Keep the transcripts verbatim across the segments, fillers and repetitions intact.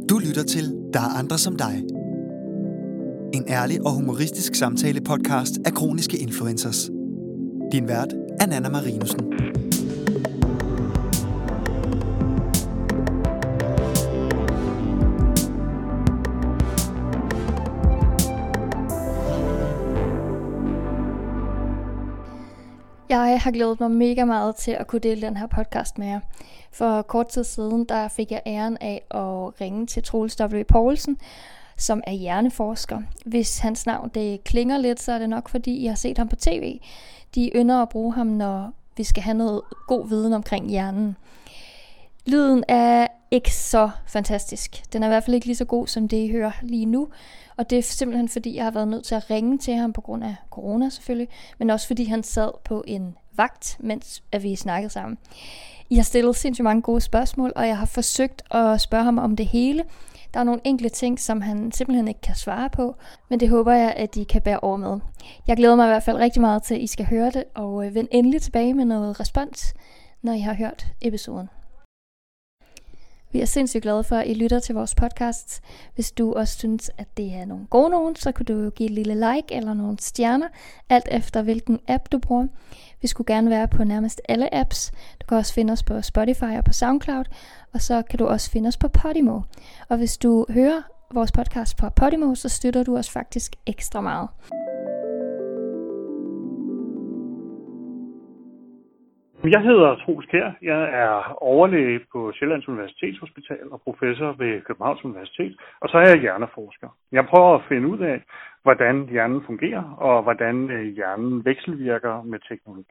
Du lytter til Der er andre som dig. En ærlig og humoristisk samtale-podcast af kroniske influencers. Din vært er Nanna Marinussen. Jeg har glædet mig mega meget til at kunne dele den her podcast med jer. For kort tid siden, der fik jeg æren af at ringe til Troels W. Poulsen, som er hjerneforsker. Hvis hans navn det klinger lidt, så er det nok fordi, I har set ham på tv. De ynder at bruge ham, når vi skal have noget god viden omkring hjernen. Lyden er ikke så fantastisk. Den er i hvert fald ikke lige så god, som det I hører lige nu. Og det er simpelthen fordi, jeg har været nødt til at ringe til ham på grund af corona selvfølgelig. Men også fordi han sad på en vagt, mens at vi snakkede sammen. I har stillet sindssygt mange gode spørgsmål, og jeg har forsøgt at spørge ham om det hele. Der er nogle enkelte ting, som han simpelthen ikke kan svare på. Men det håber jeg, at I kan bære over med. Jeg glæder mig i hvert fald rigtig meget til, at I skal høre det. Og vend endelig tilbage med noget respons, når I har hørt episoden. Vi er sindssygt glade for, at I lytter til vores podcast. Hvis du også synes, at det er nogle gode nogen, så kan du give et lille like eller nogle stjerner, alt efter hvilken app du bruger. Vi skulle gerne være på nærmest alle apps. Du kan også finde os på Spotify og på SoundCloud, og så kan du også finde os på Podimo. Og hvis du hører vores podcast på Podimo, så støtter du os faktisk ekstra meget. Jeg hedder Troels Kjær. Jeg er overlæge på Sjællands Universitetshospital og professor ved Københavns Universitet, og så er jeg hjerneforsker. Jeg prøver at finde ud af, hvordan hjernen fungerer, og hvordan hjernen vekselvirker med teknologi.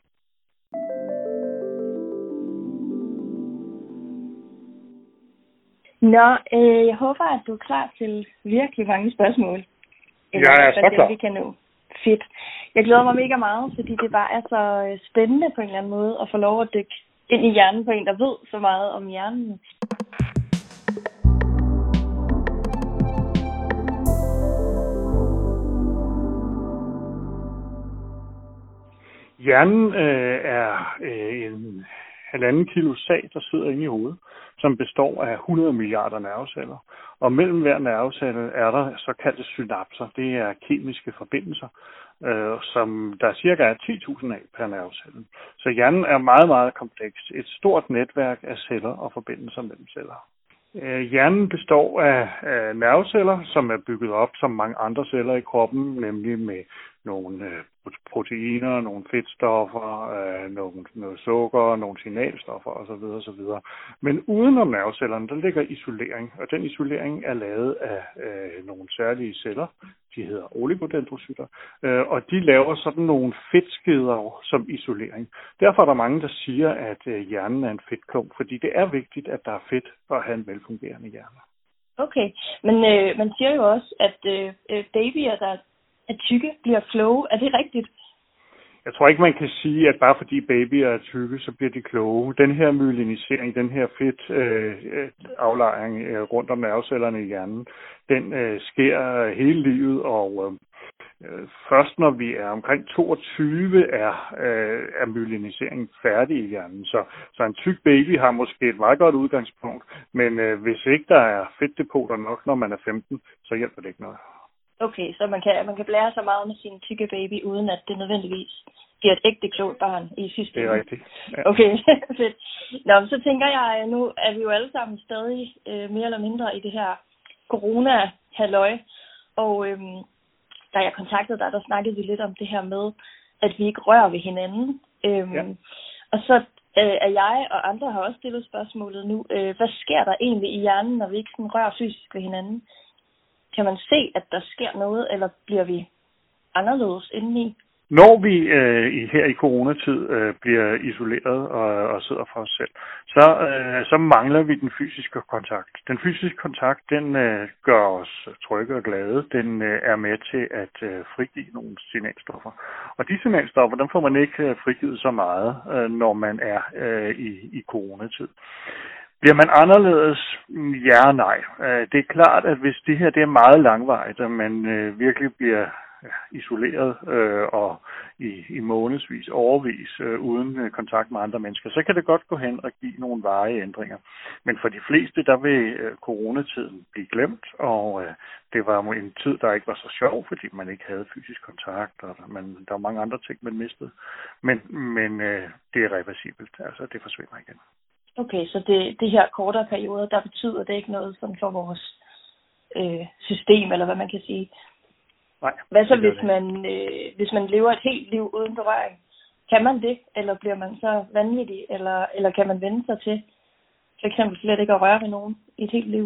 Nå, øh, jeg håber, at du er klar til virkelig mange spørgsmål. Eller jeg er så klar. Vi kan nå. Fedt. Jeg glæder mig mega meget, fordi det bare er så spændende på en eller anden måde at få lov at dykke ind i hjernen på en, der ved så meget om hjernen. Hjernen øh, er øh, en halvanden kilo sag, der sidder inde i hovedet, som består af hundrede milliarder nerveceller. Og mellem hver nervecelle er der såkaldte synapser. Det er kemiske forbindelser, øh, som der cirka er ti tusind af per nervecelle. Så hjernen er meget, meget kompleks. Et stort netværk af celler og forbindelser mellem celler. Øh, hjernen består af, af nerveceller, som er bygget op som mange andre celler i kroppen, nemlig med nogle øh, proteiner, nogle fedtstoffer, øh, nogle, nogle sukker, nogle signalstoffer osv. osv. Men udenom nervecellerne, der ligger isolering, og den isolering er lavet af øh, nogle særlige celler. De hedder oligodendrocytter, øh, og de laver sådan nogle fedtskeder som isolering. Derfor er der mange, der siger, at øh, hjernen er en fedtklump, fordi det er vigtigt, at der er fedt for at have en velfungerende hjerne. Okay, men øh, man siger jo også, at øh, babyer, der er tykke, bliver kloge. Er det rigtigt? Jeg tror ikke, man kan sige, at bare fordi babyer er tykke, så bliver de kloge. Den her myelinisering, den her fedt øh, aflejring øh, rundt om nervecellerne i hjernen, den øh, sker hele livet, og øh, først når vi er omkring toogtyve, er, øh, er myeliniseringen færdig i hjernen. Så, så en tyk baby har måske et meget godt udgangspunkt, men øh, hvis ikke der er fedtdepoter nok, når man er femten, så hjælper det ikke noget. Okay, så man kan, man kan blære så meget med sin tykke baby, uden at det nødvendigvis giver et ægte klogt barn i sidste ende. Det er rigtigt. Ja. Okay, fedt. Nå, så tænker jeg, nu er vi jo alle sammen stadig øh, mere eller mindre i det her corona-halløj. Og øhm, da jeg kontaktede dig, der snakkede vi lidt om det her med, at vi ikke rører ved hinanden. Øhm, ja. Og så øh, er jeg og andre har også stillet spørgsmålet nu, øh, hvad sker der egentlig i hjernen, når vi ikke sådan rører fysisk ved hinanden? Kan man se, at der sker noget, eller bliver vi anderledes indeni? Når vi øh, her i coronatid øh, bliver isoleret og, og sidder for os selv, så, øh, så mangler vi den fysiske kontakt. Den fysiske kontakt, den øh, gør os trygge og glade. Den øh, er med til at øh, frigive nogle signalstoffer. Og de signalstoffer, dem får man ikke øh, frigivet så meget, øh, når man er øh, i, i coronatid. Bliver man anderledes? Ja og nej. Det er klart, at hvis det her det er meget langvarigt, og man øh, virkelig bliver ja, isoleret øh, og i, i månedsvis, overvis, øh, uden øh, kontakt med andre mennesker, så kan det godt gå hen og give nogle varige ændringer. Men for de fleste, der vil øh, coronatiden blive glemt, og øh, det var en tid, der ikke var så sjov, fordi man ikke havde fysisk kontakt, og man, der var mange andre ting, man mistede. Men, men øh, det er reversibelt, altså det forsvinder igen. Okay, så det, det her kortere perioder, der betyder det ikke noget sådan for vores øh, system, eller hvad man kan sige? Nej. Hvad så, hvis man, øh, hvis man lever et helt liv uden berøring? Kan man det, eller bliver man så vanvittig, eller, eller kan man vende sig til for eksempel slet ikke at røre ved nogen i et helt liv?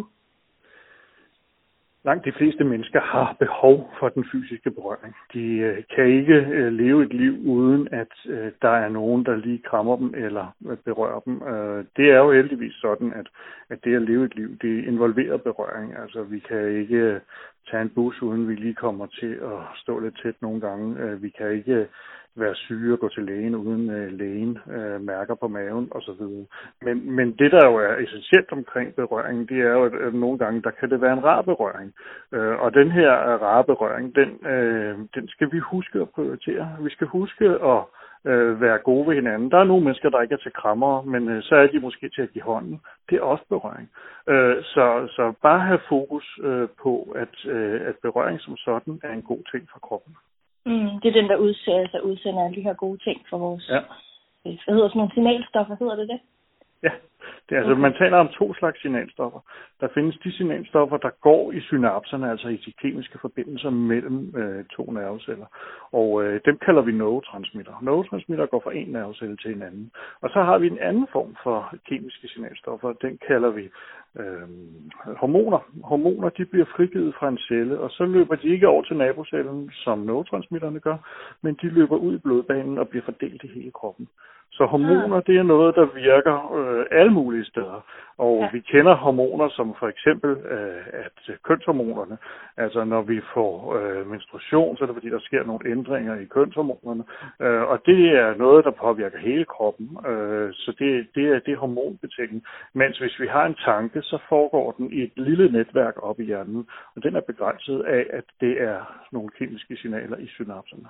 Langt de fleste mennesker har behov for den fysiske berøring. De øh, kan ikke øh, leve et liv uden, at øh, der er nogen, der lige krammer dem eller øh, berører dem. Øh, det er jo heldigvis sådan, at, at det at leve et liv, det involverer berøring. Altså vi kan ikke øh, tage en bus, uden vi lige kommer til at stå lidt tæt nogle gange. Øh, vi kan ikke være syge og gå til lægen, uden øh, lægen øh, mærker på maven osv. Men, men det, der jo er essentielt omkring berøring, det er jo, at, at nogle gange, der kan det være en rar berøring. Øh, og den her rare berøring, den, øh, den skal vi huske at prioritere. Vi skal huske at øh, være gode ved hinanden. Der er nogle mennesker, der ikke er til krammer, men øh, så er de måske til at give hånden. Det er også berøring. Øh, så, så bare have fokus øh, på, at, øh, at berøring som sådan er en god ting for kroppen. Mm, det er den, der udsender, altså udsender alle de her gode ting for vores... Ja. Hvad hedder sådan nogle signalstoffer? Hedder det det? Ja, det er, altså, okay. Man taler om to slags signalstoffer. Der findes de signalstoffer, der går i synapserne, altså i de kemiske forbindelser mellem øh, to nerveceller. Og øh, dem kalder vi neurotransmitter. Neurotransmitter går fra en nervecelle til en anden. Og så har vi en anden form for kemiske signalstoffer. Den kalder vi øh, hormoner. Hormoner, de bliver frigivet fra en celle, og så løber de ikke over til nabocellen, som neurotransmitterne gør, men de løber ud i blodbanen og bliver fordelt i hele kroppen. Så hormoner, det er noget, der virker øh, alle mulige steder. Og ja. Vi kender hormoner som for eksempel øh, at kønshormonerne. Altså når vi får øh, menstruation, så er det fordi, der sker nogle ændringer i kønshormonerne. Øh, og det er noget, der påvirker hele kroppen. Øh, så det, det, er, det er hormonbetinget. Mens hvis vi har en tanke, så foregår den i et lille netværk op i hjernen. Og den er begrænset af, at det er nogle kemiske signaler i synapserne.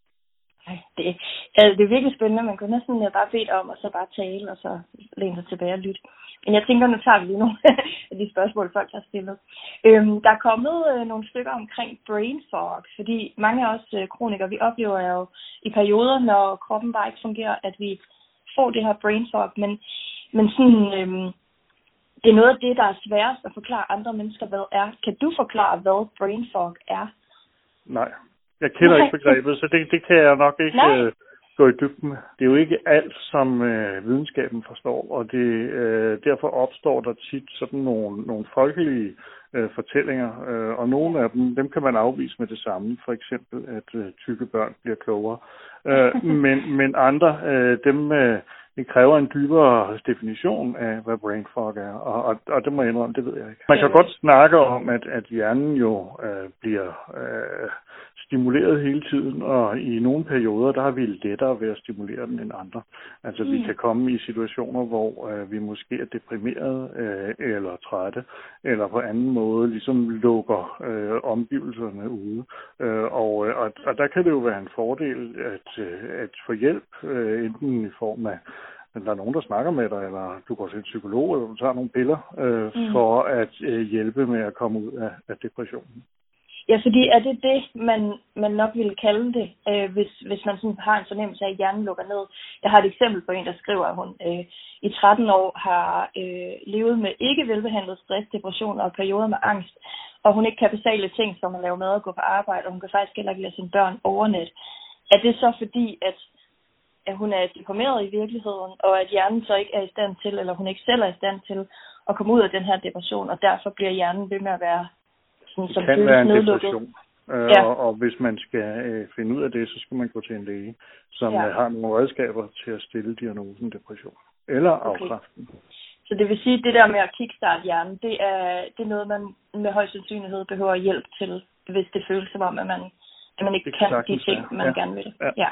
Ej, det, altså, det er virkelig spændende. Man kunne næsten bare bede om, og så bare tale, og så læne sig tilbage og lytte. Men jeg tænker, nu tager vi lige nogle af de spørgsmål, folk har stillet. Øhm, der er kommet øh, nogle stykker omkring brain fog, fordi mange af os øh, kronikere, vi oplever jo i perioder, når kroppen bare ikke fungerer, at vi får det her brain fog. Men, men sådan, øhm, det er noget af det, der er sværest at forklare andre mennesker, hvad er. Kan du forklare, hvad brain fog er? Nej. Jeg kender Nej. ikke begrebet, så det, det kan jeg nok ikke øh, gå i dybden med. Det er jo ikke alt, som øh, videnskaben forstår, og det, øh, derfor opstår der tit sådan nogle, nogle folkelige øh, fortællinger, øh, og nogle af dem, dem kan man afvise med det samme, for eksempel at øh, tykke børn bliver klogere. Øh, men, men andre, øh, dem... Øh, Det kræver en dybere definition af, hvad brain fog er, og, og, og det må jeg indrømme, det ved jeg ikke. Man kan godt snakke om, at, at hjernen jo øh, bliver øh, stimuleret hele tiden, og i nogle perioder, der har vi lettere ved at stimulere den end andre. Altså mm. vi kan komme i situationer, hvor øh, vi måske er deprimerede, øh, eller trætte, eller på anden måde ligesom lukker øh, omgivelserne ude. Øh, og, og, og der kan det jo være en fordel at, øh, at få hjælp, øh, enten i form af der er nogen, der snakker med dig, eller du går til en psykolog, eller du tager nogle piller, øh, mm. for at øh, hjælpe med at komme ud af, af depressionen. Ja, fordi er det det, man, man nok ville kalde det, øh, hvis, hvis man sådan har en fornemmelse af, at hjernen lukker ned. Jeg har et eksempel på en, der skriver, at hun øh, i tretten år har øh, levet med ikke velbehandlet stress, depression og perioder med angst, og hun ikke kan basale ting, som at lave mad og gå på arbejde, og hun kan faktisk heller ikke lade sine børn overnat. Er det så fordi, at at hun er deprimeret i virkeligheden, og at hjernen så ikke er i stand til, eller hun ikke selv er i stand til at komme ud af den her depression, og derfor bliver hjernen ved med at være sådan, som det kan være en depression, øh, ja. og, og hvis man skal øh, finde ud af det, så skal man gå til en læge, som ja. har nogle redskaber til at stille diagnosen depression, eller afkræften. Okay. Så det vil sige, at det der med at kickstarte hjernen, det er, det er noget, man med høj sandsynlighed behøver hjælp til, hvis det føles som om, at man, at man ikke det kan de ting, man ja. gerne vil. Ja. ja.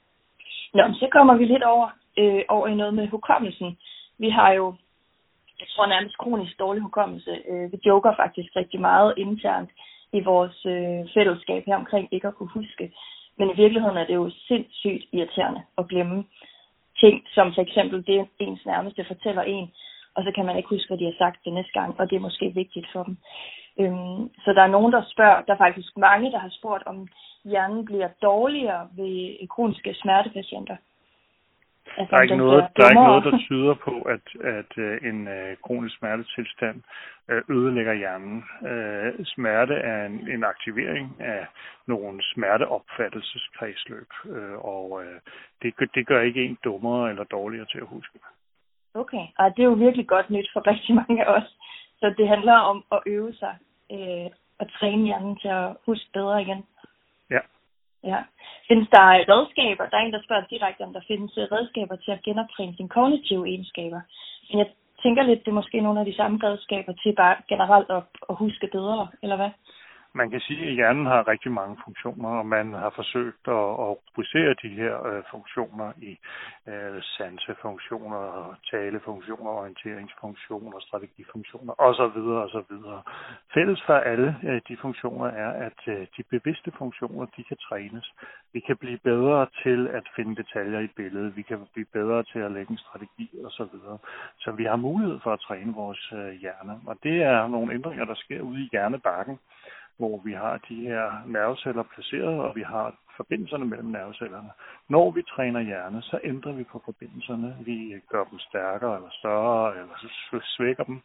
Nå, så kommer vi lidt over, øh, over i noget med hukommelsen. Vi har jo, jeg tror nærmest kronisk dårlig hukommelse. Øh, vi joker faktisk rigtig meget internt i vores øh, fællesskab her omkring ikke at kunne huske. Men i virkeligheden er det jo sindssygt irriterende at glemme ting, som for eksempel det, ens nærmeste fortæller en, og så kan man ikke huske, hvad de har sagt det næste gang, og det er måske vigtigt for dem. Øhm, så der er nogen, der spørger, der er faktisk mange, der har spurgt, om hjernen bliver dårligere ved kroniske smertepatienter. Altså, der, er ikke noget, der er ikke noget, der tyder på, at, at uh, en uh, kronisk smertetilstand uh, ødelægger hjernen. Uh, smerte er en, en aktivering af nogle smerteopfattelseskredsløb, uh, og uh, det, det gør ikke en dummere eller dårligere til at huske. Okay, og det er jo virkelig godt nyt for rigtig mange af os. Så det handler om at øve sig uh, og træne hjernen til at huske bedre igen. Ja. Ja. Findes der redskaber? Der er en, der spørger direkte, om der findes redskaber til at genoptræne sine kognitive egenskaber. Men jeg tænker lidt, det er måske nogle af de samme redskaber til bare generelt at, at huske bedre, eller hvad? Man kan sige, at hjernen har rigtig mange funktioner, og man har forsøgt at, at rubricere de her øh, funktioner i øh, sansefunktioner, talefunktioner, orienteringsfunktioner, strategifunktioner osv. osv. Fælles for alle øh, de funktioner er, at øh, de bevidste funktioner, de kan trænes. Vi kan blive bedre til at finde detaljer i billedet, vi kan blive bedre til at lægge en strategi osv. Så vi har mulighed for at træne vores øh, hjerne, og det er nogle ændringer, der sker ude i hjernebarken, hvor vi har de her nerveceller placeret, og vi har forbindelserne mellem nervecellerne. Når vi træner hjerne, så ændrer vi på forbindelserne. Vi gør dem stærkere eller større, eller svækker dem.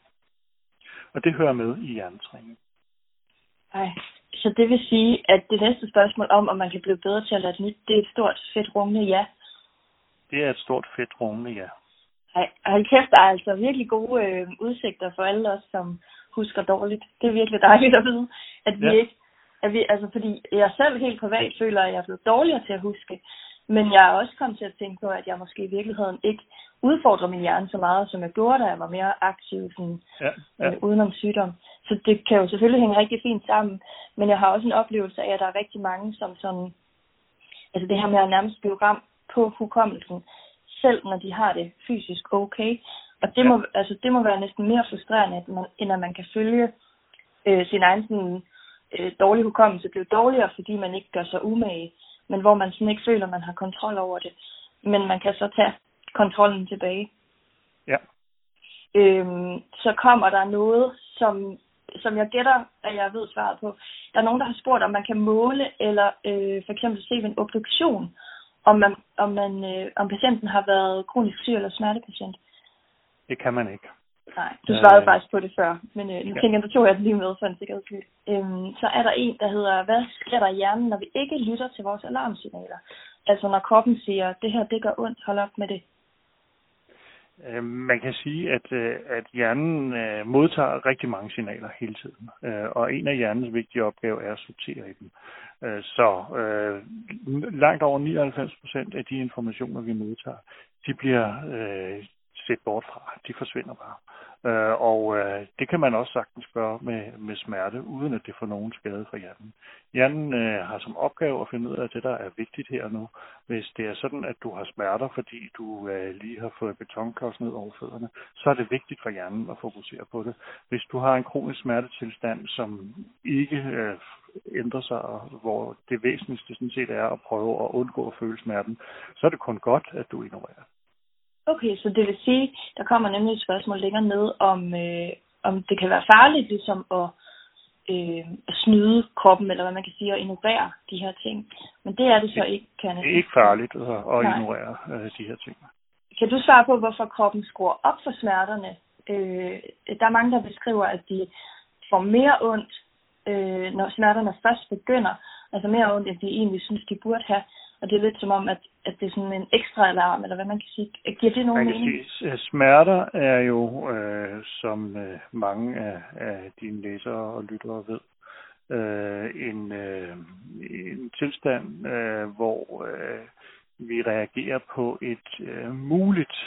Og det hører med i hjernetræning. Ej, så det vil sige, at det næste spørgsmål om, om man kan blive bedre til at lade nyt, det er et stort, fedt rungende ja. Det er et stort, fedt rungende ja. Ej, hold kæft, der er altså virkelig gode øh, udsigter for alle os, som husker dårligt. Det er virkelig dejligt at vide, at vi ja. ikke, at vi, altså fordi jeg selv helt privat føler, at jeg er blevet dårligere til at huske, men jeg er også kommet til at tænke på, at jeg måske i virkeligheden ikke udfordrer min hjerne så meget, som jeg gjorde, da jeg var mere aktiv sådan, ja. Ja. Øh, udenom sygdom. Så det kan jo selvfølgelig hænge rigtig fint sammen, men jeg har også en oplevelse af, at der er rigtig mange, som sådan, altså det her med at nærmest blive ramt på hukommelsen, selv når de har det fysisk okay. Og det må, ja. altså, det må være næsten mere frustrerende, at man, end at man kan følge øh, sin egen sådan, øh, dårlige hukommelse blive dårligere, fordi man ikke gør sig umage, men hvor man sådan ikke føler, at man har kontrol over det. Men man kan så tage kontrollen tilbage. Ja. Øhm, så kommer der noget, som, som jeg gætter, at jeg ved svaret på. Der er nogen, der har spurgt, om man kan måle, eller øh, for eksempel se ved en obduktion, om, man, om, man, øh, om patienten har været kronisk syg eller smertepatient. Det kan man ikke. Nej, du svarede øh, faktisk på det før, men øh, nu ja. tænker jeg, du tog jeg det lige med for en sikkerheds skyld. Øhm, så er der en, der hedder, hvad sker der i hjernen, når vi ikke lytter til vores alarmsignaler? Altså når kroppen siger, det her, det gør ondt, hold op med det. Øh, man kan sige, at, øh, at hjernen øh, modtager rigtig mange signaler hele tiden, øh, og en af hjernens vigtige opgaver er at sortere i dem. Øh, så øh, langt over nioghalvfems procent af de informationer, vi modtager, de bliver øh, set bort fra. De forsvinder bare. Øh, og øh, det kan man også sagtens gøre med, med smerte, uden at det får nogen skade for hjernen. Hjernen øh, har som opgave at finde ud af det, der er vigtigt her og nu. Hvis det er sådan, at du har smerter, fordi du øh, lige har fået betonklods ned over fødderne, så er det vigtigt for hjernen at fokusere på det. Hvis du har en kronisk smertetilstand, som ikke øh, ændrer sig, hvor det væsentligste sådan set er at prøve at undgå at føle smerten, så er det kun godt, at du ignorerer. Okay, så det vil sige, der kommer nemlig et spørgsmål længere ned, om, øh, om det kan være farligt ligesom at, øh, at snyde kroppen, eller hvad man kan sige, at ignorere de her ting. Men det er det så ikke, kan jeg. Det er ikke farligt at, at ignorere øh, de her ting. Kan du svare på, hvorfor kroppen skruer op for smerterne? Øh, der er mange, der beskriver, at de får mere ondt, øh, når smerterne først begynder. Altså mere ondt, end de egentlig synes, de burde have. Og det er lidt som om, at, at det er sådan en ekstra alarm, eller hvad man kan sige. Giver det nogen mening? Sige, smerter er jo, øh, som øh, mange af, af dine læsere og lyttere ved, øh, en, øh, en tilstand, øh, hvor øh, vi reagerer på et øh, muligt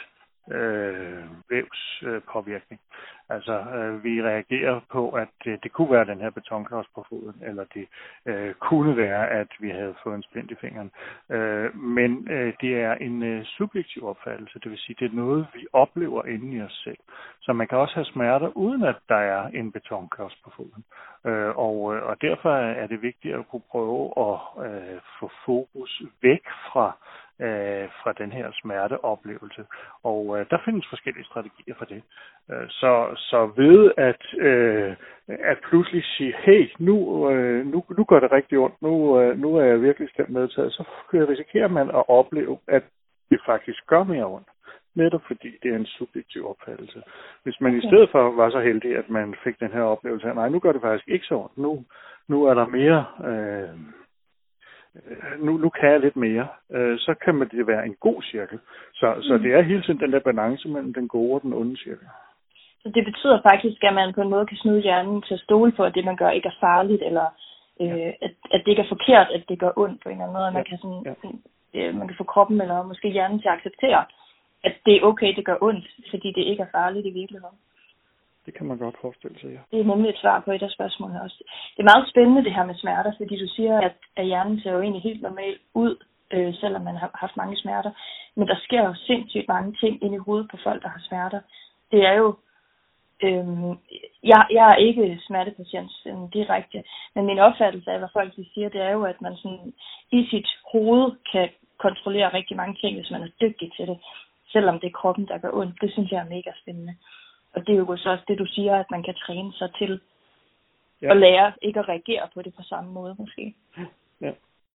øh, vævspåvirkning. Altså, øh, vi reagerer på, at det, det kunne være den her betonklods på foden, eller det øh, kunne være, at vi havde fået en splint i fingeren. Øh, men øh, det er en øh, subjektiv opfattelse, det vil sige, det er noget, vi oplever inde i os selv. Så man kan også have smerter, uden at der er en betonklods på foden. Øh, og, og derfor er det vigtigt at kunne prøve at øh, få fokus væk fra Øh, fra den her smerteoplevelse. Og øh, der findes forskellige strategier for det. Øh, så, så ved at, øh, at pludselig sige, hey, nu, øh, nu, nu gør det rigtig ondt, nu, øh, nu er jeg virkelig stemt medtaget, så risikerer man at opleve, at det faktisk gør mere ondt. Netop fordi det er en subjektiv opfattelse. Hvis man i stedet for var så heldig, at man fik den her oplevelse af, nej, nu gør det faktisk ikke så ondt, nu, nu er der mere... Øh, Nu, nu kan jeg lidt mere, øh, så kan man det være en god cirkel. Så, mm. så det er hele tiden den der balance mellem den gode og den onde cirkel. Så det betyder faktisk, at man på en måde kan snyde hjernen til at stole på, at det man gør ikke er farligt, eller øh, ja. at, at det ikke er forkert, at det gør ondt på en eller anden måde. At man, ja. kan sådan, ja. øh, man kan få kroppen eller måske hjernen til at acceptere, at det er okay, det gør ondt, fordi det ikke er farligt i virkeligheden. Det kan man godt forestille sig, ja. Det er nemlig et svar på et af spørgsmålene også. Det er meget spændende det her med smerter, fordi du siger, at, at hjernen ser jo egentlig helt normalt ud, øh, selvom man har haft mange smerter. Men der sker jo sindssygt mange ting inde i hovedet på folk, der har smerter. Det er jo, øh, jeg, jeg er ikke smertepatient sådan direkte, men min opfattelse af, hvad folk de siger, det er jo, at man sådan i sit hoved kan kontrollere rigtig mange ting, hvis man er dygtig til det, selvom det er kroppen, der gør ondt. Det synes jeg er mega spændende. Og det er jo så også det, du siger, at man kan træne sig til ja. at lære ikke at reagere på det på samme måde, måske. Ja.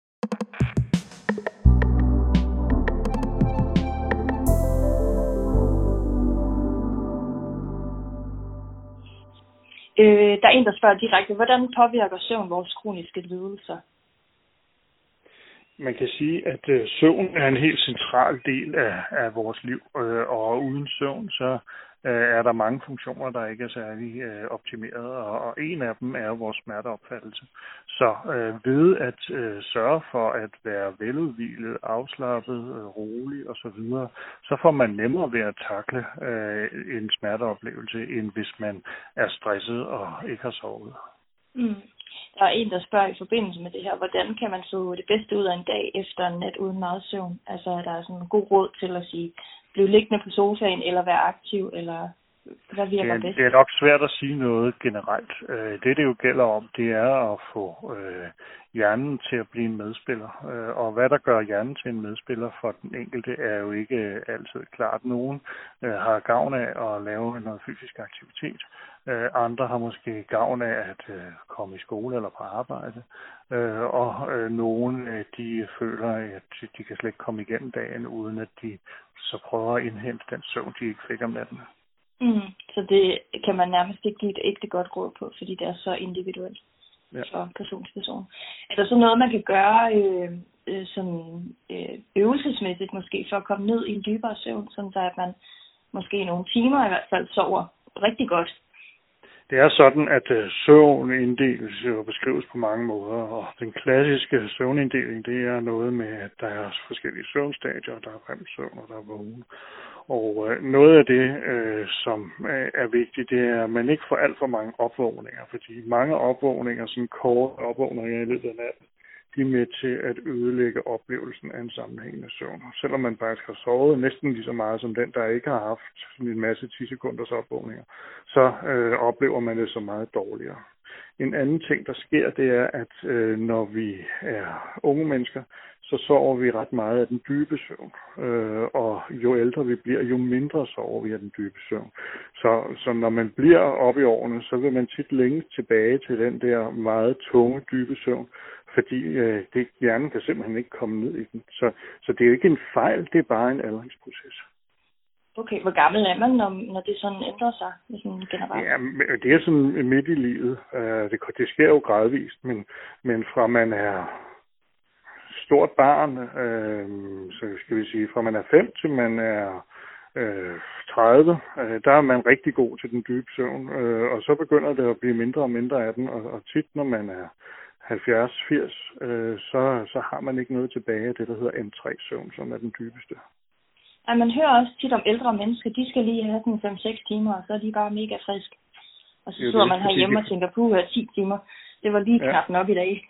Øh, der er en, der spørger direkte, hvordan påvirker søvn vores kroniske lidelser? Man kan sige, at øh, søvn er en helt central del af, af vores liv, øh, og uden søvn, så er der mange funktioner, der ikke er særlig øh, optimeret, og, og en af dem er vores smerteopfattelse. Så øh, ved at øh, sørge for at være veludhvilet, afslappet, øh, rolig osv., så får man nemmere ved at takle øh, en smerteoplevelse, end hvis man er stresset og ikke har sovet. Mm. Der er en, der spørger i forbindelse med det her, hvordan kan man få det bedste ud af en dag efter en nat uden meget søvn? Altså er der sådan en god råd til at sige, blive liggende på sofaen, eller være aktiv, eller hvad virker det, bedst? Det er nok svært at sige noget generelt. Det, det jo gælder om, det er at få øh, hjernen til at blive en medspiller. Og hvad der gør hjernen til en medspiller for den enkelte, er jo ikke altid klart. Nogen øh, har gavn af at lave noget fysisk aktivitet. Øh, andre har måske gavn af at øh, komme i skole eller på arbejde. Øh, og øh, nogle øh, de føler, at de kan slet ikke komme igennem dagen, uden at de så prøver at indhente den søvn, de ikke fik om natten. Mm, så det kan man nærmest ikke give et ægte godt råd på, fordi det er så individuelt ja. fra person til person. Er der så noget, man kan gøre øh, øh, sådan, øh, øvelsesmæssigt måske, for at komme ned i en dybere søvn, sådan så at man måske nogle timer i hvert fald sover rigtig godt? Det er sådan, at øh, søvn inddeles og beskrives på mange måder, og den klassiske søvninddeling, det er noget med, at der er forskellige søvnstadier, der er rem-søvn og der er vågen. Og øh, noget af det, øh, som øh, er vigtigt, det er, at man ikke får alt for mange opvågninger, fordi mange opvågninger, sådan korte opvågninger i løbet af natten, de er med til at ødelægge oplevelsen af en sammenhængende søvn. Selvom man faktisk har sovet næsten lige så meget som den, der ikke har haft en masse ti sekunders opvågninger, så øh, oplever man det så meget dårligere. En anden ting, der sker, det er, at øh, når vi er unge mennesker, så sover vi ret meget af den dybe søvn. Øh, og jo ældre vi bliver, jo mindre sover vi af den dybe søvn. Så, så når man bliver oppe i årene, så vil man tit længe tilbage til den der meget tunge, dybe søvn, fordi øh, det, hjernen kan simpelthen ikke komme ned i den. Så, så det er jo ikke en fejl, det er bare en aldringsproces. Okay, hvor gammel er man, når, når det sådan ændrer sig sådan generelt? Ja, det er sådan midt i livet. Det, det sker jo gradvist, men, men fra man er stort barn, øh, så skal vi sige, fra man er fem til man er øh, tredive, øh, der er man rigtig god til den dybe søvn, øh, og så begynder det at blive mindre og mindre af den, og, og tit når man er halvfjerds firs, øh, så, så har man ikke noget tilbage af det, der hedder M tre-søvn, som er den dybeste. Ej, man hører også tit om ældre mennesker, de skal lige have sådan fem seks timer, og så er de bare mega friske. Og så sidder man herhjemme og tænker, puh, ti timer, det var lige knap nok i dag.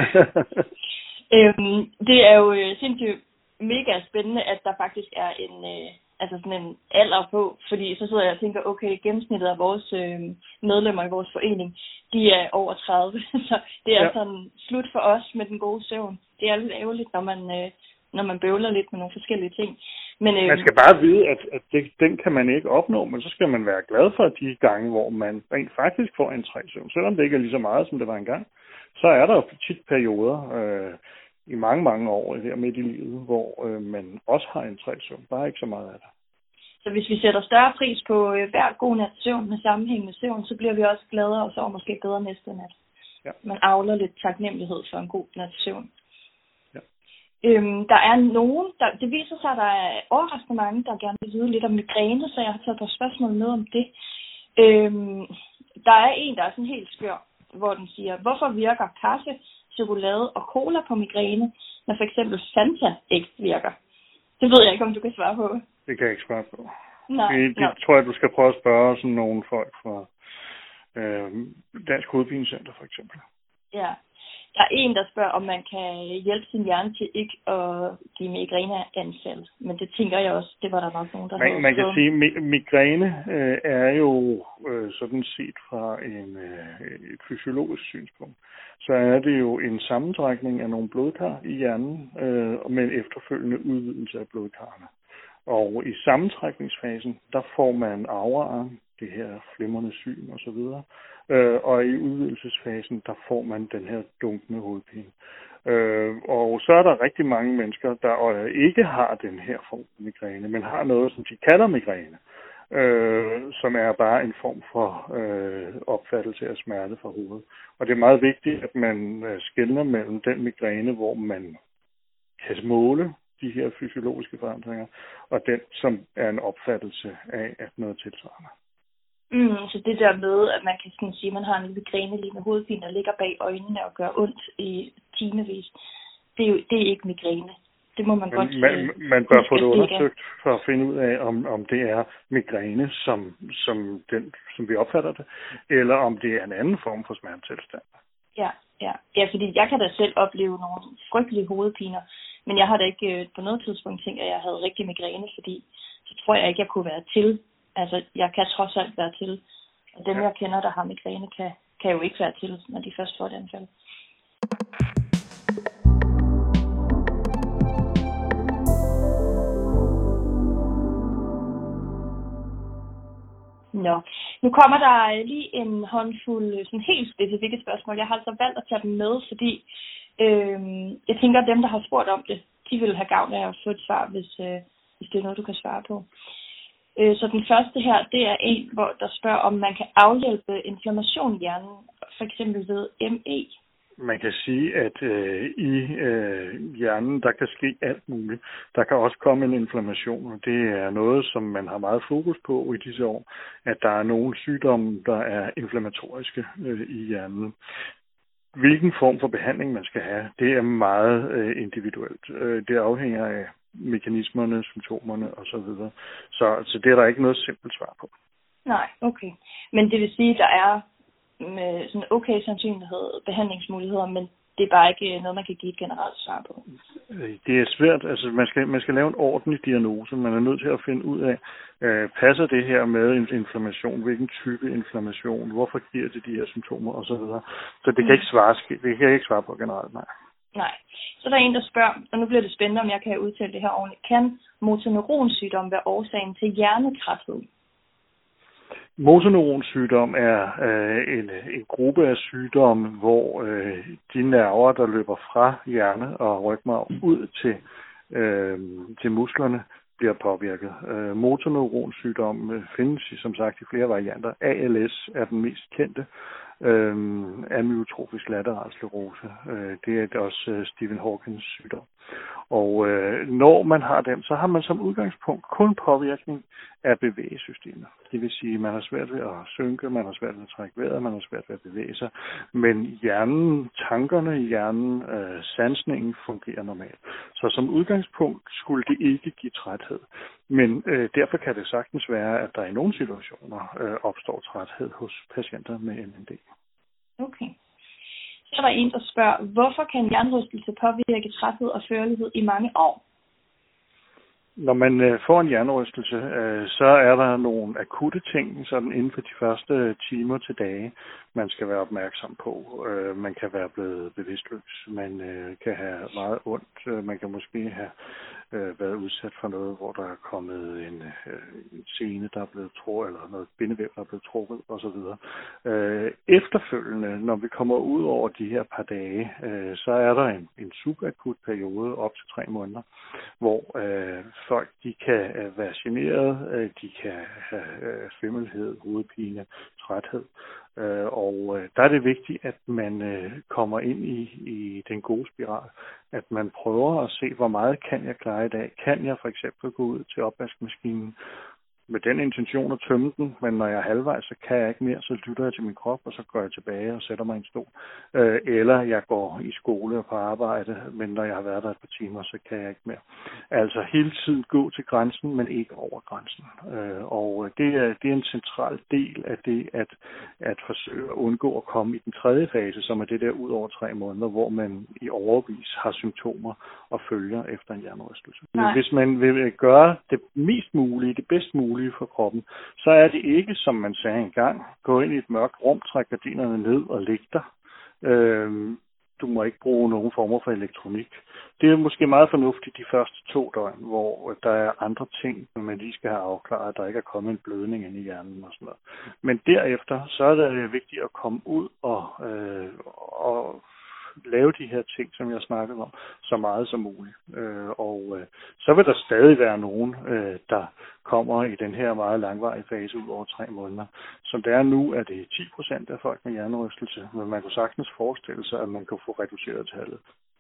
øhm, det er jo sindssygt mega spændende, at der faktisk er en, øh, altså sådan en alder på, fordi så sidder jeg og tænker, okay, gennemsnittet af vores øh, medlemmer i vores forening, de er over tredive, så det er ja. sådan slut for os med den gode søvn. Det er lidt ærgerligt, når man, øh, når man bøvler lidt med nogle forskellige ting. Men, øh, man skal bare vide, at, at det, den kan man ikke opnå, men så skal man være glad for de gange, hvor man rent faktisk får en tre søvn. Selvom det ikke er lige så meget, som det var engang, så er der jo tit perioder øh, i mange, mange år her midt i livet, hvor øh, man også har en tre søvn. Bare ikke så meget af det. Så hvis vi sætter større pris på øh, hver god nat søvn med sammenhængende søvn, så bliver vi også gladere og så måske bedre næste nat. Ja. Man avler lidt taknemmelighed for en god nat søvn. Ja. Øhm, der er nogen, der, det viser sig, at der er overraskende mange, der gerne vil vide lidt om migræne, så jeg har taget et par spørgsmål med om det. Øhm, der er en, der er sådan helt skør, hvor den siger, hvorfor virker kaffe, chokolade og cola på migræne, når for eksempel Fanta ikke virker? Det ved jeg ikke, om du kan svare på. Det kan jeg ikke svare på. Nej, det det tror jeg, du skal prøve at spørge sådan nogle folk fra øh, Dansk Hovedpinecenter for eksempel. Ja. Der er en, der spørger, om man kan hjælpe sin hjerne til ikke at give migræneanfald. Men det tænker jeg også, det var der nok nogen, der man, havde. Man kan sige, at migræne øh, er jo øh, sådan set fra en, øh, et fysiologisk synspunkt. Så er det jo en sammentrækning af nogle blodkar i hjernen øh, med en efterfølgende udvidelse af blodkarrene. Og i sammentrækningsfasen, der får man auraarm, det her flimrende syn og så videre. Øh, og i udvidelsesfasen, der får man den her dunkende hovedpine. Øh, og så er der rigtig mange mennesker, der ikke har den her form for migræne, men har noget, som de kalder migræne, øh, som er bare en form for øh, opfattelse af smerte fra hovedet. Og det er meget vigtigt, at man skelner mellem den migræne, hvor man kan måle de her fysiologiske forandringer, og den, som er en opfattelse af, at noget tilsvarende. Mm, så det der med, at man kan sådan sige, at man har en migræne-lignende hovedpine, der ligger bag øjnene og gør ondt i timevis, det er jo det er ikke migræne. Det må man Men, godt... Man, øh, man bør få det undersøgt for at finde ud af, om, om det er migræne, som, som, den, som vi opfatter det, eller om det er en anden form for smertetilstand. Ja, ja. Ja, fordi jeg kan da selv opleve nogle frygtelige hovedpiner, men jeg har da ikke øh, på noget tidspunkt tænkt, at jeg havde rigtig migræne, fordi så tror jeg ikke, jeg kunne være til. Altså, jeg kan trods alt være til. Og dem, ja. jeg kender, der har migræne, kan, kan jo ikke være til, når de først får det anfald. Nå, nu kommer der lige en håndfuld sådan helt specifikke spørgsmål. Jeg har altså valgt at tage dem med, fordi øh, jeg tænker, at dem, der har spurgt om det, de vil have gavn af at få et svar, hvis, øh, hvis det er noget, du kan svare på. Øh, så den første her, det er en, hvor der spørger, om man kan afhjælpe inflammation i hjernen, for eksempel ved M E. Man kan sige, at øh, i øh, hjernen, der kan ske alt muligt. Der kan også komme en inflammation, og det er noget, som man har meget fokus på i disse år, at der er nogle sygdomme, der er inflammatoriske øh, i hjernen. Hvilken form for behandling man skal have, det er meget øh, individuelt. Øh, det afhænger af mekanismerne, symptomerne osv. Så, så det er der ikke noget simpelt svar på. Nej, okay. Men det vil sige, at der er med sådan okay sandsynlighed behandlingsmuligheder, men det er bare ikke noget, man kan give et generelt svar på. Det er svært. Altså, man skal, man skal lave en ordentlig diagnose. Man er nødt til at finde ud af, øh, passer det her med inflammation? Hvilken type inflammation? Hvorfor giver det de her symptomer? Og så videre. Så det kan, mm. ikke svare, det kan jeg ikke svare på generelt, nej. Nej. Så der er en, der spørger, og nu bliver det spændende, om jeg kan udtale det her ordentligt. Kan motoneuronsygdom være årsagen til hjernekræfthed? Motoneuronsygdom er øh, en, en gruppe af sygdomme, hvor øh, de nerver, der løber fra hjerne og rygmarv ud til, øh, til musklerne, bliver påvirket. Øh, motoneuronsygdom øh, findes som sagt i flere varianter. A L S er den mest kendte. Øh, amyotrofisk lateral sklerose. Øh, det er også øh, Stephen Hawkins sygdom. Og øh, når man har den, så har man som udgangspunkt kun påvirkning af bevægesystemet. Det vil sige, at man har svært ved at synke, man har svært ved at trække vejret, man har svært ved at bevæge sig. Men hjernen, tankerne i hjernen, øh, sansningen fungerer normalt. Så som udgangspunkt skulle det ikke give træthed. Men øh, derfor kan det sagtens være, at der i nogle situationer øh, opstår træthed hos patienter med M N D. Okay. Så er der en, der spørger, hvorfor kan hjernerystelse påvirke træthed og førlighed i mange år? Når man øh, får en hjernerystelse, øh, så er der nogle akutte ting sådan inden for de første timer til dage, man skal være opmærksom på. Øh, man kan være blevet bevidstløs, man øh, kan have meget ondt, øh, man kan måske have øh, været udsat for noget, hvor der er kommet en, øh, en sene, der er blevet trukket, eller noget bindevæv, der er blevet trukket osv. Øh, efterfølgende, når vi kommer ud over de her par dage, øh, så er der en, en subakut periode op til tre måneder, hvor øh, folk de kan øh, være generet, øh, de kan have øh, svimmelhed, hovedpine, træthed. Øh, og øh, der er det vigtigt, at man øh, kommer ind i, i den gode spiral. At man prøver at se, hvor meget kan jeg klare i dag. Kan jeg for eksempel gå ud til opvaskemaskinen med den intention at tømme den, men når jeg er halvvejs, så kan jeg ikke mere, så lytter jeg til min krop, og så går jeg tilbage og sætter mig i en stol. Øh, eller jeg går i skole og på arbejde, men når jeg har været der et par timer, så kan jeg ikke mere. Altså hele tiden gå til grænsen, men ikke over grænsen. Øh, og det er, det er en central del af det, at, at forsøge at undgå at komme i den tredje fase, som er det der ud over tre måneder, hvor man i overvis har symptomer og følger efter en hjernerystelse. Men hvis man vil gøre det mest mulige, det bedst mulige for kroppen, så er det ikke, som man sagde engang, gå ind i et mørkt rum, træk gardinerne ned og læg dig. Øhm, du må ikke bruge nogen former for elektronik. Det er måske meget fornuftigt de første to døgn, hvor der er andre ting, man lige skal have afklaret, at der ikke er kommet en blødning ind i hjernen og sådan noget. Men derefter, så er det vigtigt at komme ud og, øh, og lave de her ting, som jeg snakkede om, så meget som muligt. Øh, og øh, så vil der stadig være nogen, øh, der kommer i den her meget langvarige fase ud over tre måneder. Som det er nu, er det ti procent af folk med hjernerystelse, men man kunne sagtens forestille sig, at man kan få reduceret tallet.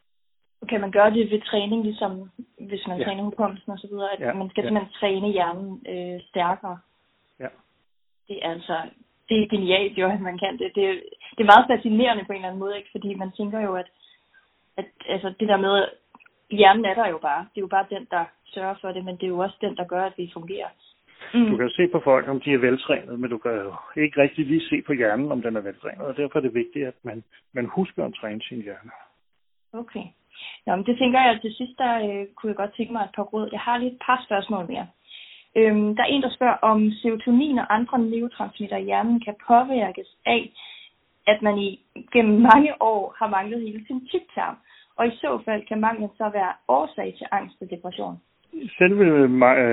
Okay, man gør det ved træning, ligesom hvis man ja. træner hukommelsen og så videre, at ja. man skal ja. simpelthen træne hjernen øh, stærkere. Ja. Det er altså, det er genialt jo, at man kan det. Det er, det er meget fascinerende på en eller anden måde, ikke? Fordi man tænker jo, at, at altså, det der med, hjernen er der jo bare. Det er jo bare den, der sørger for det, men det er jo også den, der gør, at vi fungerer. Mm. Du kan se på folk, om de er veltrænet, men du kan jo ikke rigtig lige se på hjernen, om den er veltrænet, og derfor er det vigtigt, at man, man husker at træne sin hjerne. Okay. Nå, men det tænker jeg, at til sidst, der øh, kunne jeg godt tænke mig et par råd. Jeg har lige et par spørgsmål mere. Øhm, der er en, der spørger, om serotonin og andre neurotransmitter i hjernen kan påvirkes af, at man i gennem mange år har manglet hele sin tyktarm, og i så fald kan manglen så være årsag til angst og depression. Selve øh,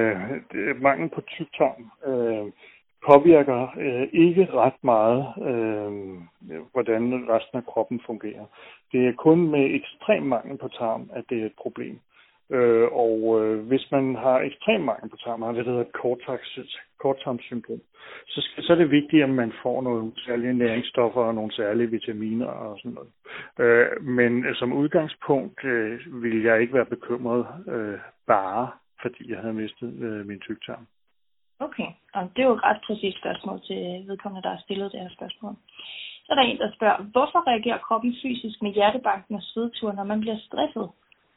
manglen på tyktarm øh, påvirker øh, ikke ret meget, øh, hvordan resten af kroppen fungerer. Det er kun med ekstrem mangel på tarm, at det er et problem. Øh, og øh, hvis man har ekstrem mangel på tarm, har det, der hedder korttarmssyndrom, så, skal, så er det vigtigt, at man får nogle særlige næringsstoffer og nogle særlige vitaminer og sådan noget. Øh, men øh, som udgangspunkt øh, vil jeg ikke være bekymret øh, bare, fordi jeg havde mistet øh, min tyktarm. Okay, og det er jo et ret præcist spørgsmål til vedkommende, der har stillet det her spørgsmål. Så er der en, der spørger, hvorfor reagerer kroppen fysisk med hjertebanken og svedtur, når man bliver stresset?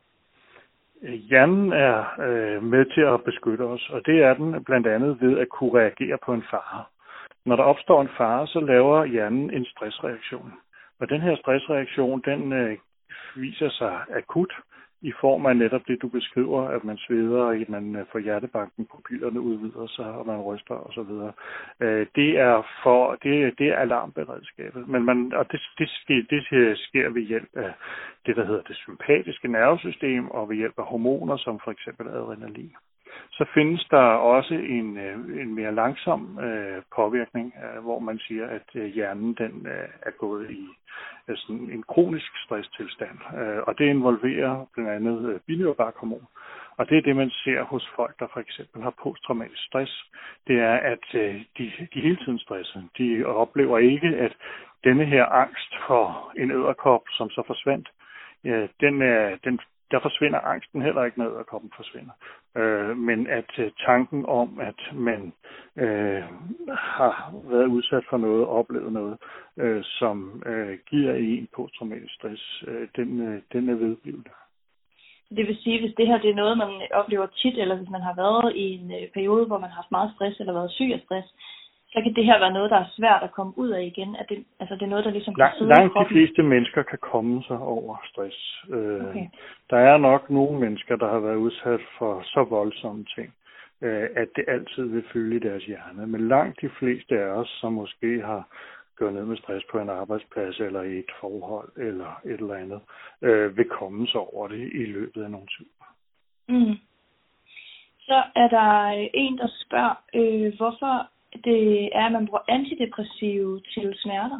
Hjernen er øh, med til at beskytte os, og det er den blandt andet ved at kunne reagere på en fare. Når der opstår en fare, så laver hjernen en stressreaktion. Og den her stressreaktion, den øh, viser sig akut i form af netop det, du beskriver, at man sveder, at man får hjertebanken, pupillerne udvider sig, og man ryster osv. Øh, det er for det, det er alarmberedskabet, men man, og det, det, sker, det sker ved hjælp af det, der hedder det sympatiske nervesystem, og ved hjælp af hormoner, som for eksempel adrenalin. Så findes der også en, en mere langsom øh, påvirkning, øh, hvor man siger, at øh, hjernen den, øh, er gået i øh, sådan en kronisk stresstilstand. Øh, og det involverer blandt andet øh, binyrbarkhormon. Og det er det, man ser hos folk, der for eksempel har posttraumatisk stress. Det er, at øh, de, de hele tiden stresser. De oplever ikke, at denne her angst for en edderkop, som så forsvandt, øh, den, er, den der forsvinder angsten heller ikke, når edderkoppen forsvinder. Øh, men at øh, tanken om, at man øh, har været udsat for noget, oplevet noget, øh, som øh, giver en posttraumatisk stress, øh, den, øh, den er vedblivende. Det vil sige, hvis det her det er noget, man oplever tit, eller hvis man har været i en øh, periode, hvor man har haft meget stress, eller været syg af stress, så kan det her være noget, der er svært at komme ud af igen. At det, altså det er noget, der ligesom kan sidde i kroppen. Langt de fleste mennesker kan komme sig over stress. Øh, okay. Der er nok nogle mennesker, der har været udsat for så voldsomme ting, øh, at det altid vil fylde i deres hjerne. Men langt de fleste af os, som måske har gået ned med stress på en arbejdsplads, eller i et forhold, eller et eller andet, øh, vil komme sig over det i løbet af nogle tid. Mm. Så er der en, der spørger, øh, hvorfor det er, at man bruger antidepressive til smerter?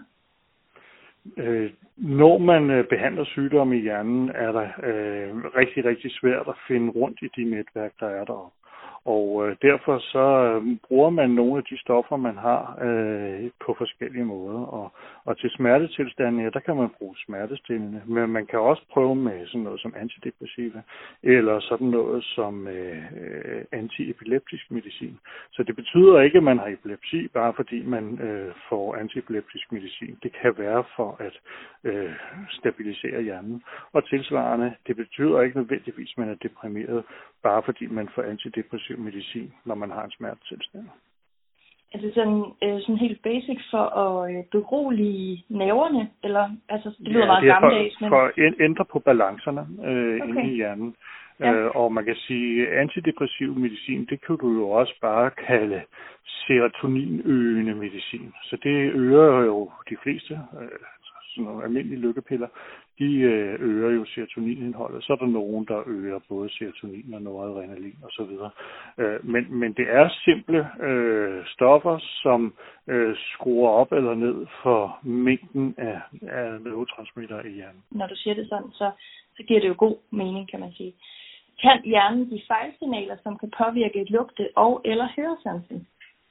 Øh, når man øh, behandler sygdomme i hjernen, er det øh, rigtig, rigtig svært at finde rundt i de netværk, der er deroppe. Og øh, derfor så øh, bruger man nogle af de stoffer, man har øh, på forskellige måder. Og, og til smertetilstande, ja, der kan man bruge smertestillende. Men man kan også prøve med sådan noget som antidepressiva, eller sådan noget som øh, antiepileptisk medicin. Så det betyder ikke, at man har epilepsi, bare fordi man øh, får antiepileptisk medicin. Det kan være for at øh, stabilisere hjernen. Og tilsvarende, det betyder ikke nødvendigvis, at man er deprimeret, bare fordi man får antidepressiv medicin, når man har en smertetilstand. Er det sådan, øh, sådan helt basic for at øh, berolige nerverne? Eller, altså, det lyder ja, meget det er gammeldags. For, men... for at ændre på balancerne øh, okay. inde i hjernen. Ja. Øh, og man kan sige, at antidepressiv medicin, det kan du jo også bare kalde serotoninøgende medicin. Så det øger jo de fleste, øh, sådan nogle almindelige lykkepiller, de øger jo serotoninindholdet. Så er der nogen, der øger både serotonin og noradrenalin osv. Men, men det er simple øh, stoffer, som øh, skruer op eller ned for mængden af, af neurotransmitter i hjernen. Når du siger det sådan, så, så giver det jo god mening, kan man sige. Kan hjernen give fejlsignaler, som kan påvirke lugte- og eller høresansen?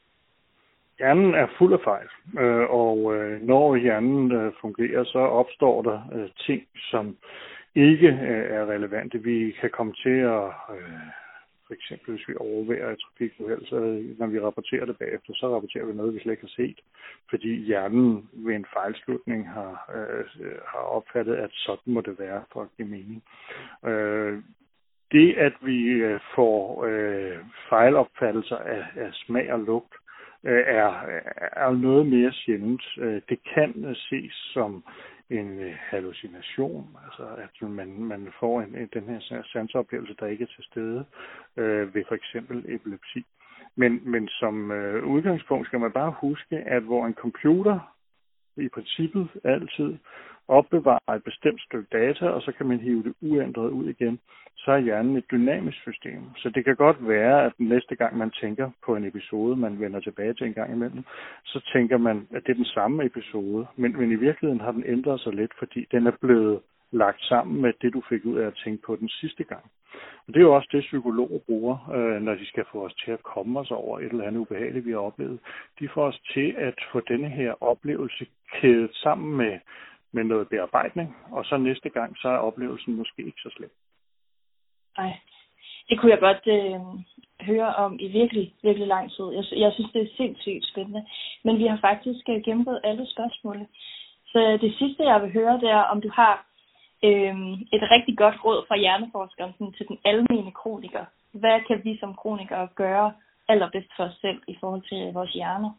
Hjernen er fuld af fejl, øh, og øh, når hjernen øh, fungerer, så opstår der øh, ting, som ikke øh, er relevante. Vi kan komme til at, øh, for eksempel hvis vi overværer et trafikuheld, så når vi rapporterer det bagefter, så rapporterer vi noget, vi slet ikke har set, fordi hjernen ved en fejlslutning har, øh, har opfattet, at sådan må det være for at give mening. Øh, det, at vi øh, får øh, fejlopfattelser af, af smag og lugt, Er, er noget mere sjældent. Det kan ses som en hallucination, altså at man, man får en, den her sanseoplevelse, der ikke er til stede øh, ved for eksempel epilepsi. Men, men som øh, udgangspunkt skal man bare huske, at hvor en computer i princippet altid opbevarer et bestemt stykke data, og så kan man hive det uændret ud igen, så er hjernen et dynamisk system. Så det kan godt være, at næste gang man tænker på en episode, man vender tilbage til en gang imellem, så tænker man, at det er den samme episode, men, men i virkeligheden har den ændret sig lidt, fordi den er blevet lagt sammen med det, du fik ud af at tænke på den sidste gang. Og det er jo også det, psykologer bruger, øh, når de skal få os til at komme os over et eller andet ubehageligt, vi har oplevet. De får os til at få denne her oplevelse kædet sammen med, med noget bearbejdning, og så næste gang, så er oplevelsen måske ikke så slem. Nej, det kunne jeg godt øh, høre om i virkelig, virkelig lang tid. Jeg, jeg synes, det er sindssygt spændende. Men vi har faktisk øh, gennemgået alle spørgsmål. Så det sidste, jeg vil høre, det er, om du har øh, et rigtig godt råd fra hjerneforskeren til den almene kroniker. Hvad kan vi som kronikere gøre allerbedst for os selv i forhold til vores hjerner?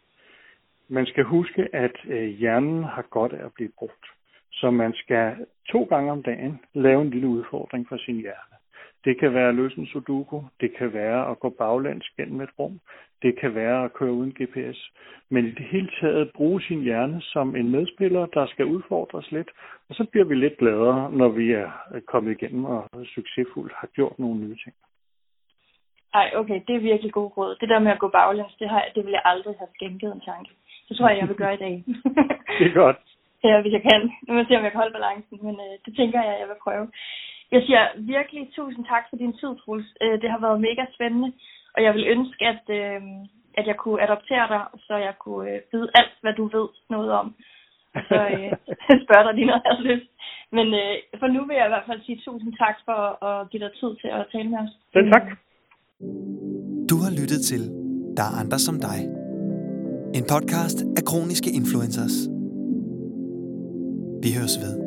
Man skal huske, at øh, hjernen har godt af at blive brugt. Så man skal to gange om dagen lave en lille udfordring for sin hjerne. Det kan være at løse en sudoku, det kan være at gå baglæns gennem et rum, det kan være at køre uden G P S. Men i det hele taget bruge sin hjerne som en medspiller, der skal udfordres lidt. Og så bliver vi lidt gladere, når vi er kommet igennem og succesfuldt har gjort nogle nye ting. Ej, okay, det er virkelig god råd. Det der med at gå baglæns, det, har, det vil jeg aldrig have skænket en tanke. Det tror jeg, jeg vil gøre i dag. Det er godt. Ja, hvis jeg kan. Nu må jeg se, om jeg kan holde balancen, men øh, det tænker jeg, jeg vil prøve. Jeg siger virkelig tusind tak for din tid, Troels. Øh, det har været mega spændende, og jeg vil ønske, at, øh, at jeg kunne adoptere dig, så jeg kunne øh, vide alt, hvad du ved noget om. Og så øh, spørge dig lige noget, jeg har lyst. Men øh, for nu vil jeg i hvert fald sige tusind tak for at give dig tid til at tale med os. Selv tak. Du har lyttet til Der er andre som dig. En podcast af kroniske influencers. Vi høres ved.